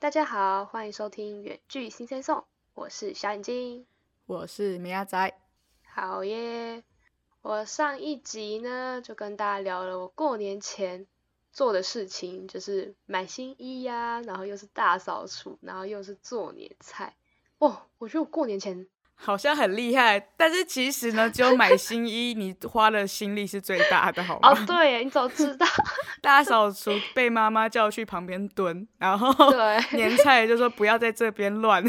大家好，欢迎收听远距新鲜颂，我是小眼睛， 我是米亚仔。 好耶！我上一集呢就跟大家聊了我过年前做的事情，就是买新衣呀，然后又是大扫除，然后又是做年菜。哦，我觉得我过年前好像很厉害，但是其实呢，只有买新衣，你花的心力是最大的，好吗？ 哦，对耶，你怎么知道？ 大扫除被妈妈叫去旁边蹲，然后对， 年菜就说不要在这边乱。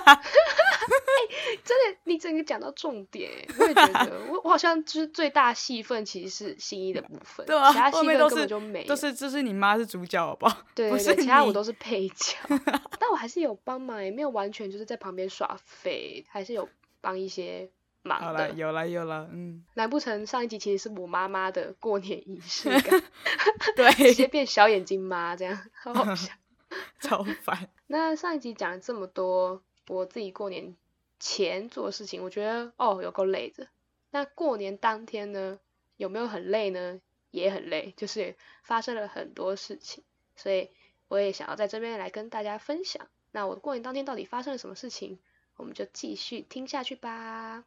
真的，你整个讲到重点耶，我也觉得我好像就是最大戏份其实是新衣的部分， 对啊， 其他戏份后面都是根本就没有。 就是你妈是主角，好不好？ 对对对， 不是你。 其他我都是配角，但我还是有帮忙，也没有完全就是在旁边耍废，还是有帮一些忙好的。 啦，有啦， 难不成上一集其实是我妈妈的过年仪式感？ 对， 直接变小眼睛妈这样，好好笑。 超烦。 那上一集讲了这么多我自己过年前做的事情，我觉得有够累的。那过年当天呢，有没有很累呢？也很累，就是发生了很多事情，所以我也想要在这边来跟大家分享。那我过年当天到底发生了什么事情，我们就继续听下去吧。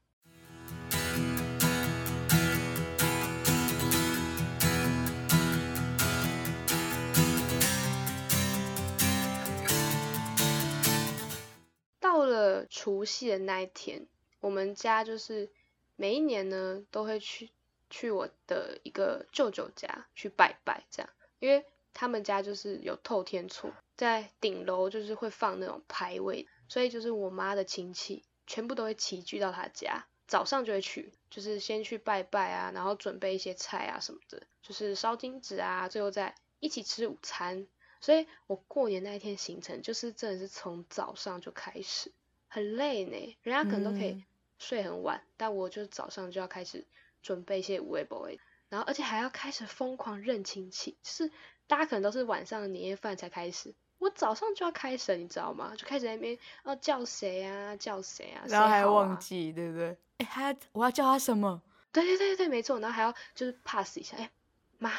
到了除夕的那一天，我们家就是每一年呢都会去我的一个舅舅家去拜拜，这样，因为他们家就是有透天厝，在顶楼就是会放那种牌位，所以就是我妈的亲戚全部都会齐聚到他家，早上就会去，就是先去拜拜啊，然后准备一些菜啊什么的，就是烧金纸啊，最后再一起吃午餐。所以我过年那一天行程就是真的是从早上就开始，很累呢。人家可能都可以睡很晚，但我就早上就要开始准备一些有的没的，然后而且还要开始疯狂认亲戚，就是大家可能都是晚上的年夜饭才开始，我早上就要开始了，你知道吗？就开始在那边叫谁啊叫谁啊， 然后还谁好啊忘记，对不对？我要叫他什么？ 对对对对，没错，然后还要就是 pass 一下，妈，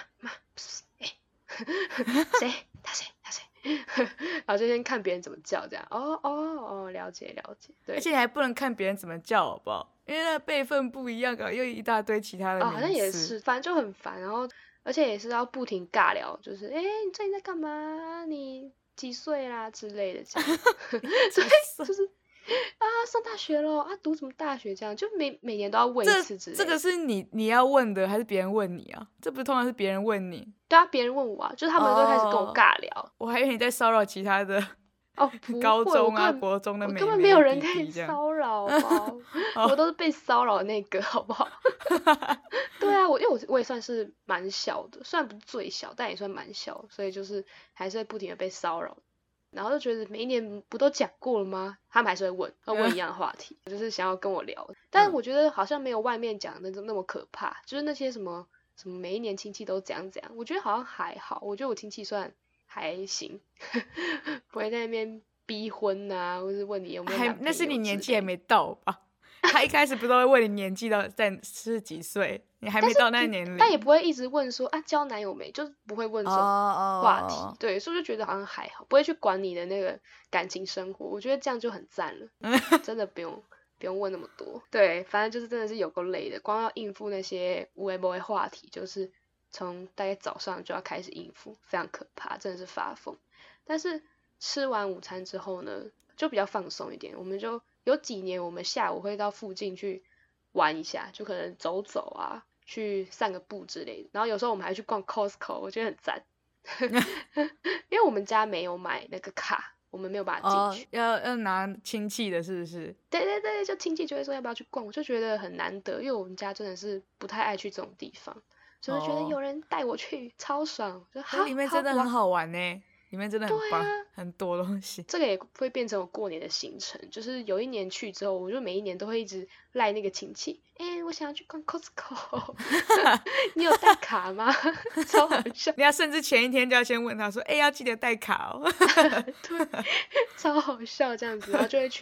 谁？他谁？然后就先看别人怎么叫，这样。了解了解。对， 而且你还不能看别人怎么叫，好不好？因为那个辈分不一样啊，又一大堆其他的名字。 好像也是，反正就很烦。然后，而且也是要不停尬聊，就是你最近在干嘛？你几岁啦之类的这样。对，就是上大学了啊，读什么大学这样，就每年都要问一次之类的。 这个是你要问的，还是别人问你啊？这不是通常是别人问你？ 对啊，别人问我啊，就是他们都开始跟我尬聊。 我还以为你在骚扰其他的不会， 高中啊、国中的妹妹， 我根本没有人可以骚扰吧？我都是被骚扰的那个，好不好？对啊，因为我也算是蛮小的，虽然不是最小，但也算蛮小，所以就是还是会不停的被骚扰。然后就觉得每一年不都讲过了吗？他们还是会问一样的话题，就是想要跟我聊。但是我觉得好像没有外面讲的那么可怕，就是那些什么每一年亲戚都怎样，我觉得好像还好。我觉得我亲戚算还行，不会在那边逼婚啊，或是问你有没有男朋友。 那是你年纪还没到吧？他一开始不都会问你年纪是几岁？你还没到那年龄， 但也不会一直问说交男友没，就是不会问这种话题。对，所以就觉得好像还好，不会去管你的那个感情生活。我觉得这样就很赞了，真的不用问那么多。对，反正就是真的是有够累的，光要应付那些无为不为话题，就是从大概早上就要开始应付，非常可怕，真的是发疯。但是吃完午餐之后呢，就比较放松一点。我们就有几年，我们下午会到附近去玩一下，就可能走走啊，去散个步之类的。然后有时候我们还去逛 Costco， 我觉得很赞。因为我们家没有买那个卡，我们没有办法进去。 要拿亲戚的，是不是？ 对对对，就亲戚就会说要不要去逛，我就觉得很难得，因为我们家真的是不太爱去这种地方，所以觉得有人带我去超爽。就里面真的很好玩呢。里面真的很棒，很多东西。 这个也会变成我过年的行程，就是有一年去之后，我就每一年都会一直赖那个亲戚，我想要去逛 Costco， 你有带卡吗？超好笑。 你要甚至前一天就要先问他说，要记得带卡哦。 对，超好笑这样子，然后就会去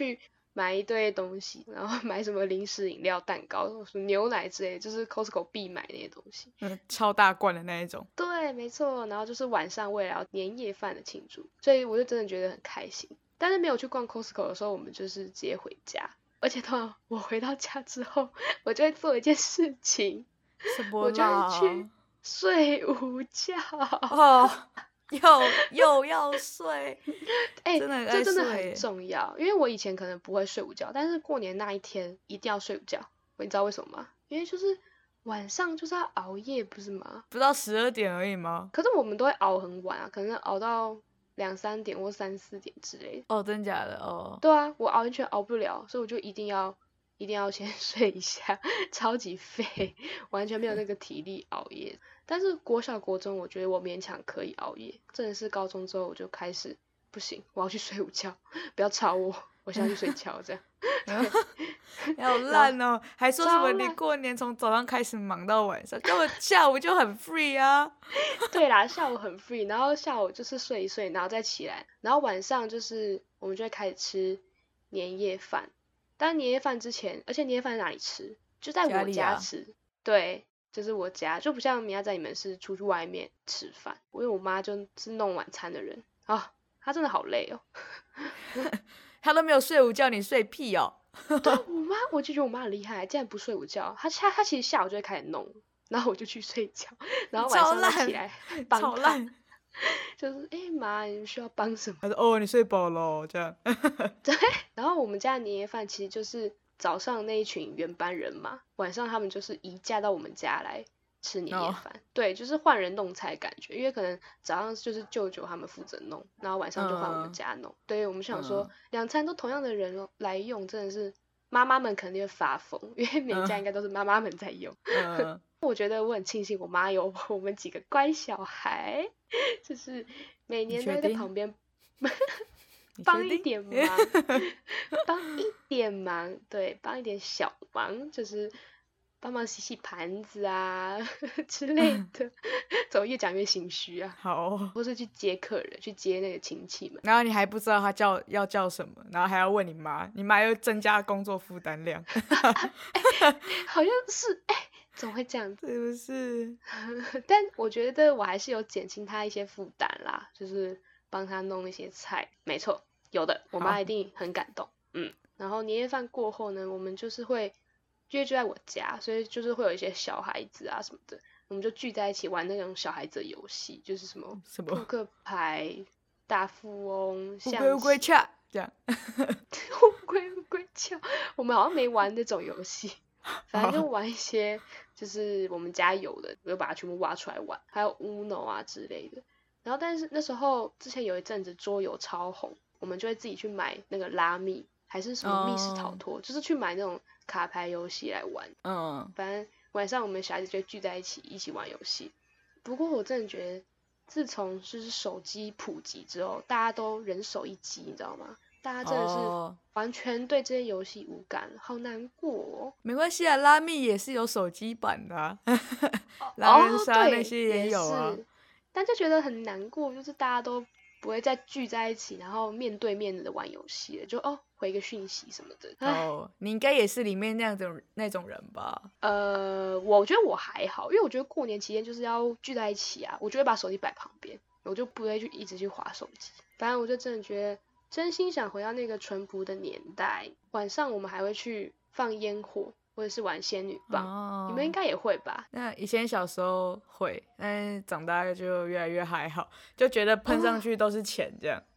买一堆东西，然后买什么零食、饮料、蛋糕、什么牛奶之类的，就是 Costco 必买那些东西。 超大罐的那一种。 对，没错。然后就是晚上为了要年夜饭的庆祝，所以我就真的觉得很开心。但是没有去逛 Costco 的时候，我们就是直接回家。而且通常我回到家之后，我就会做一件事情， 什么我就会啦？ 去睡午觉。 哦，又要睡， 哎、 真的很爱这真的很睡耶。 重要，因为我以前可能不会睡午觉，但是过年那一天一定要睡午觉。你知道为什么吗？因为就是晚上就是要熬夜，不是吗？ 不到12点而已吗？ 可是我们都会熬很晚啊，可能熬到2、3点或3、4点之类的。 哦，真假的哦。 对啊，我完全熬不了，所以我就一定要先睡一下，超级废，完全没有那个体力熬夜。但是国小国中，我觉得我勉强可以熬夜。真的是高中之后，我就开始不行，我要去睡午觉，不要吵我，我想要去睡觉这样。 你好烂哦，还说什么你超烂过年从早上开始忙到晚上，根本下午就很 free 啊。 对啦，下午很 free，然后下午就是睡一睡，然后再起来，然后晚上就是我们就会开始吃年夜饭。但年夜饭之前，而且年夜饭在哪里吃？就在我家里啊家吃。对，就是我家，就不像米娅在你们是出去外面吃饭。因为我妈就是弄晚餐的人啊，她真的好累哦。 他都没有睡午觉，你睡屁哦。 对我妈，我就觉得我妈很厉害，竟然不睡午觉。她其实下午就会开始弄，然后我就去睡觉，然后晚上再起来帮她。 超烂。 就是妈，你需要帮什么？ 他说哦，你睡饱了哦这样。 对，然后我们家的年夜饭其实就是早上那一群原班人马，晚上他们就是移驾到我们家来吃年夜饭。对，就是换人弄菜的感觉，因为可能早上就是舅舅他们负责弄，然后晚上就换我们家弄。对，我们想说2餐都同样的人来用，真的是妈妈们肯定会发疯，因为每家应该都是妈妈们在用。我觉得我很庆幸我妈有我们几个乖小孩，就是每年都会在旁边帮一点忙，帮一点忙，对，帮一点小忙，就是帮忙洗洗盘子啊之类的。怎么越讲越心虚啊？ 好哦。 或是去接客人，去接那个亲戚们。 然后你还不知道他要叫什么，然后还要问你妈，你妈又增加工作负担量。 好像是怎么会这样子？ 是不是？ 但我觉得我还是有减轻他一些负担啦，就是帮他弄一些菜。没错，有的，我妈一定很感动。然后年夜饭过后呢，我们就是会，因为就在我家，所以就是会有一些小孩子啊什么的，我们就聚在一起玩那种小孩子的游戏，就是什么扑克牌、大富翁、象棋、 乌龟恰这样。 乌龟翘，我们好像没玩那种游戏。反正就玩一些就是我们家有的，我就把它全部挖出来玩，还有 Uno 啊之类的。然后但是那时候之前有一阵子桌游超红，我们就会自己去买那个拉密，还是什么密室逃脱，就是去买那种卡牌游戏来玩。反正晚上我们小孩子就聚在一起玩游戏。不过我真的觉得，自从就是手机普及之后，大家都人手一机，你知道吗？大家真的是完全对这些游戏无感，好难过哦。 没关系啊，拉密也是有手机版的啊。狼人杀那些也有啊。 但就觉得很难过，就是大家都不会再聚在一起，然后面对面的玩游戏了，就回个讯息什么的。 你应该也是里面那种人吧？ 我觉得我还好，因为我觉得过年期间就是要聚在一起啊，我就会把手机摆旁边，我就不会一直去滑手机。反正我就真的觉得，真心想回到那个淳朴的年代。晚上我们还会去放烟火，或者是玩仙女棒。你们应该也会吧？ 那以前小时候会，但是长大就越来越还好，就觉得喷上去都是钱这样。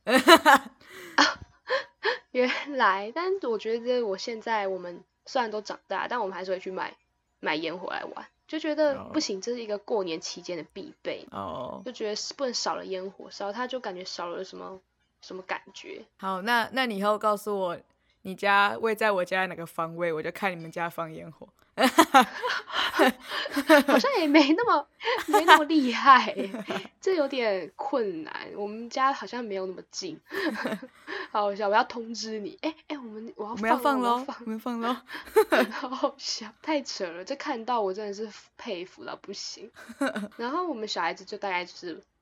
原来，但我觉得我们虽然都长大，但我们还是会去买烟火来玩，就觉得不行，这是一个过年期间的必备。就觉得不能少了烟火，少了它就感觉少了什么感觉。 好，那你以后告诉我你家位在我家哪个方位，我就看你们家放烟火。 好像也没那么厉害，这有点困难。我们家好像没有那么近。好笑，我要通知你。我们要放咯， 我们放咯。 好好笑，太扯了，这看到我真的是佩服到不行。然后我们小孩子就大概就是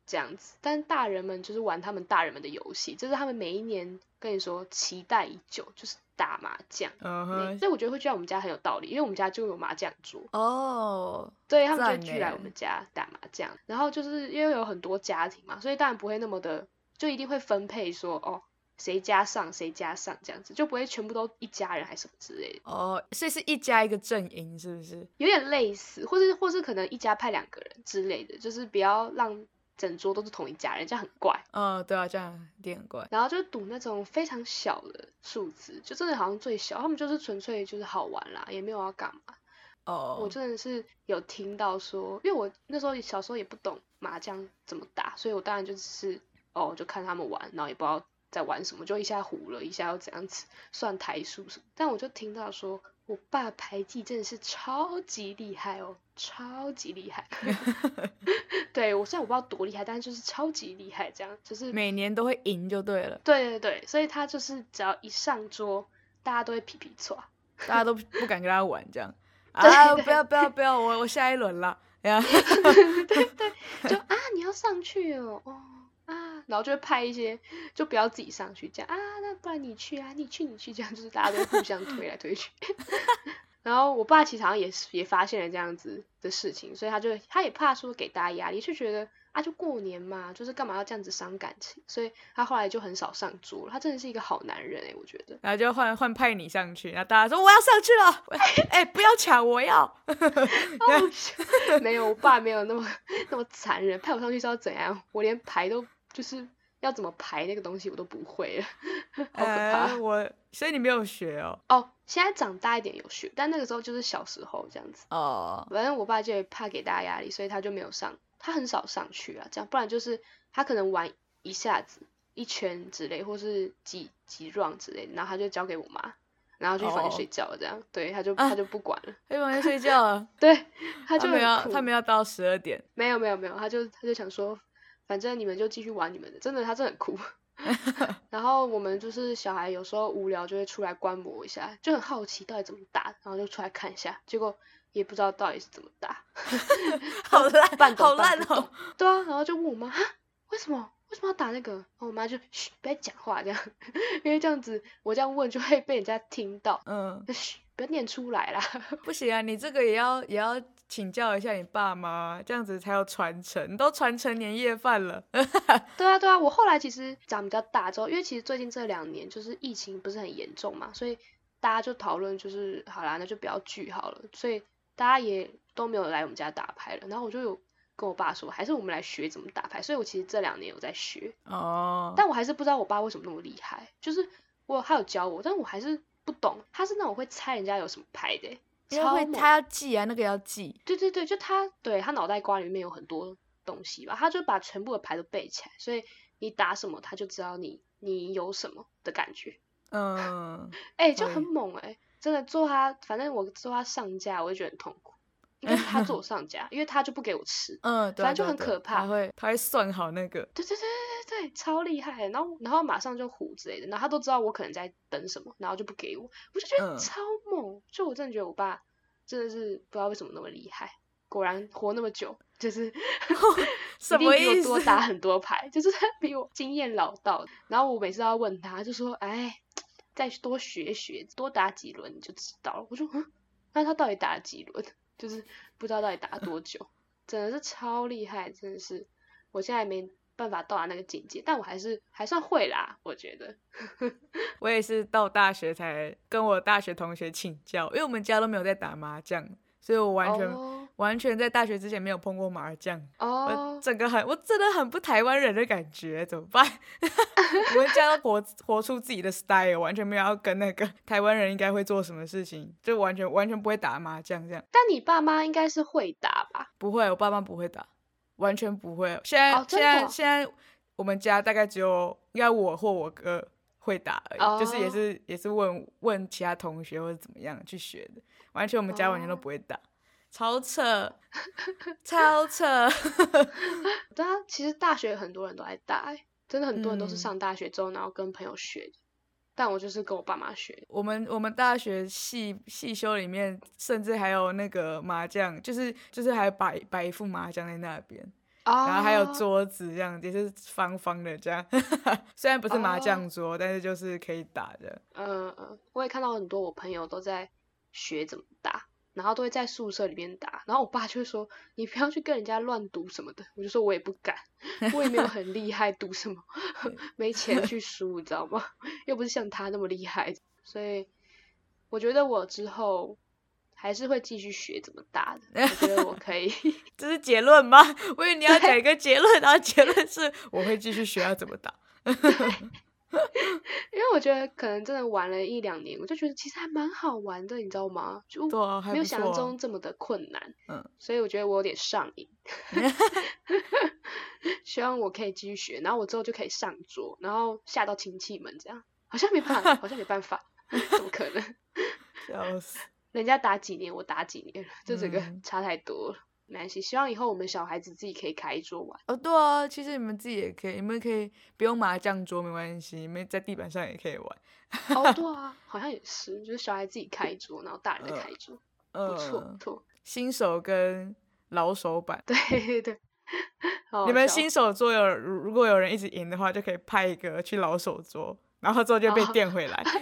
这样子。但大人们就是玩他们大人们的游戏，这是他们每一年跟你说期待已久，就是打麻将。所以我觉得会聚在我们家很有道理，因为我们家就有麻将桌。对，他们就会聚来我们家打麻将。然后就是因为有很多家庭嘛，所以当然不会那么的，就一定会分配说谁家上谁家上这样子，就不会全部都一家人还是什么之类的。 所以是一家一个阵营是不是？ 有点类似，或是可能一家派2个人之类的，就是不要让整桌都是同一家人，这样很怪。 对啊，这样一定很怪。 然后就赌那种非常小的数字，就真的好像最小，他们就是纯粹就是好玩啦，也没有要干嘛。我真的是有听到说，因为我那时候小时候也不懂麻将怎么打，所以我当然就只是就看他们玩，然后也不知道在玩什么，就一下胡了，一下要怎样子算台数什么。但我就听到说，我爸牌技真的是超级厉害超级厉害。对，虽然我不知道多厉害，但是就是超级厉害，这样就是每年都会赢就对了。 对对对，所以他就是只要一上桌，大家都会皮皮唰， 大家都不敢跟他玩这样。不要，我下一轮了。对， 就你要上去然后就会派一些，就不要自己上去，这样那不然你去你去，这样就是大家都互相推来推去。然后我爸其实好像也发现了这样子的事情，所以他也怕说给大家压力，就觉得就过年嘛，就是干嘛要这样子伤感情，所以他后来就很少上桌了。他真的是一个好男人我觉得。 然后就换派你上去，然后大家说我要上去了，不要抢，我要。 没有，我爸没有那么残忍，派我上去是要怎样？我连牌都就是要怎么排那个东西我都不会了，好可怕。 所以你没有学现在长大一点有学，但那个时候就是小时候这样子。反正我爸就怕给大家压力，所以他就没有上，他很少上去这样，不然就是他可能玩一下子1圈之类，或是几 round 之类的，然后他就交给我妈，然后就去房间睡觉了这样。对，他就不管了， 去房间睡觉了。 对，他们要到12点。 没有，他就想说，反正你们就继续玩你们的，真的他真的很酷。然后我们就是小孩有时候无聊就会出来观摩一下，就很好奇到底怎么打，然后就出来看一下，结果也不知道到底是怎么打。 好烂， 好烂对然后就问我妈为什么要打那个，然后我妈就嘘不要讲话这样，因为这样子我这样问就会被人家听到。嘘不要念出来啦。 不行啊，你这个也要请教一下你爸妈，这样子才有传承，都传承年夜饭了。 对啊，我后来其实长比较大之后，因为其实最近这2年就是疫情不是很严重嘛，所以大家就讨论就是好啦，那就不要聚好了，所以大家也都没有来我们家打牌了。然后我就有跟我爸说，还是我们来学怎么打牌，所以我其实这2年有在学。但我还是不知道我爸为什么那么厉害，就是他有教我，但我还是不懂，他是那种会猜人家有什么牌的因为他要记那个要记。 对，就他脑袋瓜里面有很多东西吧，他就把全部的牌都背起来，所以你打什么他就知道你有什么的感觉。就很猛真的反正我做他上架我就觉得很痛苦，应该是他做我上架，因为他就不给我吃。反正就很可怕。 他会算好那个。 对，超厉害。然后马上就胡之类的，然后他都知道我可能在等什么，然后就不给我，我就觉得超猛。就我真的觉得我爸真的是不知道为什么那么厉害，果然活那么久，就是什么意思？ 一定比我多打很多牌，就是他比我经验老道。然后我每次都要问他，就说再多学学，多打几轮你就知道了。我说那他到底打了几轮？就是不知道到底打了多久，真的是超厉害，真的是我现在没办法到达那个境界，但我还算会啦，我觉得。 我也是到大学才跟我大学同学请教，因为我们家都没有在打麻将，所以我完全在大学之前没有碰过麻将。我真的很不台湾人的感觉，怎么办？我们家都活出自己的 style， 完全没有要跟那个台湾人应该会做什么事情，就完全不会打麻将这样。 但你爸妈应该是会打吧？ 不会，我爸妈不会打，完全不会。现在我们家大概只有应该我或我哥会打而已，就是也是问其他同学或者怎么样去学的，完全我们家完全都不会打。超扯超扯。 对啊，其实大学很多人都在打真的很多人都是上大学之后然后跟朋友学的，但我就是跟我爸妈学的。 我们大学系修里面甚至还有那个麻将，就是还摆一副麻将在那边， 然后还有桌子这样，也是方方的这样，虽然不是麻将桌，但是就是可以打的。 我也看到很多我朋友都在学怎么打，然后都会在宿舍里面打，然后我爸就会说你不要去跟人家乱赌什么的，我就说我也不敢，我也没有很厉害，赌什么没钱去输，你知道吗？又不是像他那么厉害，所以我觉得我之后还是会继续学怎么打的，我觉得我可以。 这是结论吗？我以为你要讲一个结论，然后结论是我会继续学要怎么打。 因为我觉得可能真的玩了1-2年，我就觉得其实还蛮好玩的，你知道吗？就没有想象中这么的困难。所以我觉得我有点上瘾。希望我可以继续学，然后我之后就可以上桌，然后吓到亲戚们这样。好像没办法，怎么可能？ 笑死！ 人家打几年，我打几年了，这整个差太多了。没关系，希望以后我们小孩子自己可以开一桌玩。 对啊，其实你们自己也可以，你们可以不用麻将桌没关系，你们在地板上也可以玩。 对啊，好像也是，就是小孩自己开一桌，然后大人再开一桌，不错。 新手跟老手版。 对， 你们新手桌如果有人一直赢的话，就可以派一个去老手桌，然后之后就被电回来。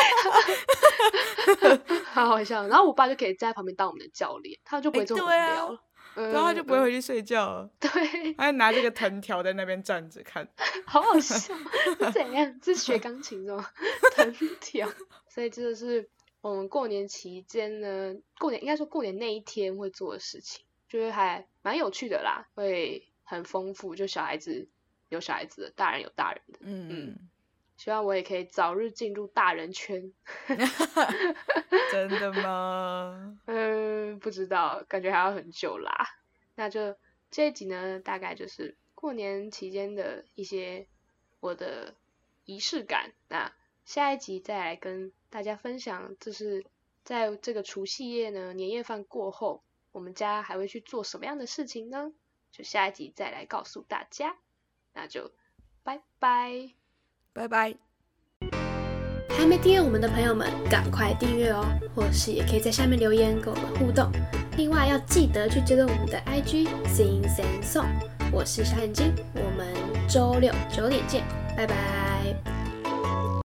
好好笑。然后我爸就可以在旁边当我们的教练，他就不会这么无聊了。 然后他就不会回去睡觉了。 对， 他拿这个藤条在那边站着看。 好好笑，是怎样？是学钢琴是吗？藤条。所以这就是我们过年期间呢，应该说过年那一天会做的事情，就是还蛮有趣的啦，会很丰富。就小孩子有小孩子的，大人有大人的。希望我也可以早日进入大人圈。 真的吗？ 不知道，感觉还要很久啦。那就这一集呢，大概就是过年期间的一些我的仪式感。那下一集再来跟大家分享，就是在这个除夕夜呢，年夜饭过后，我们家还会去做什么样的事情呢？就下一集再来告诉大家。那就拜拜。 拜拜！ 还没订阅我们的朋友们，赶快订阅哦！或是也可以在下面留言跟我们互动。另外要记得去追踪我们的 IG Sing Sing Song。我是小眼睛，我们周六9点见，拜拜。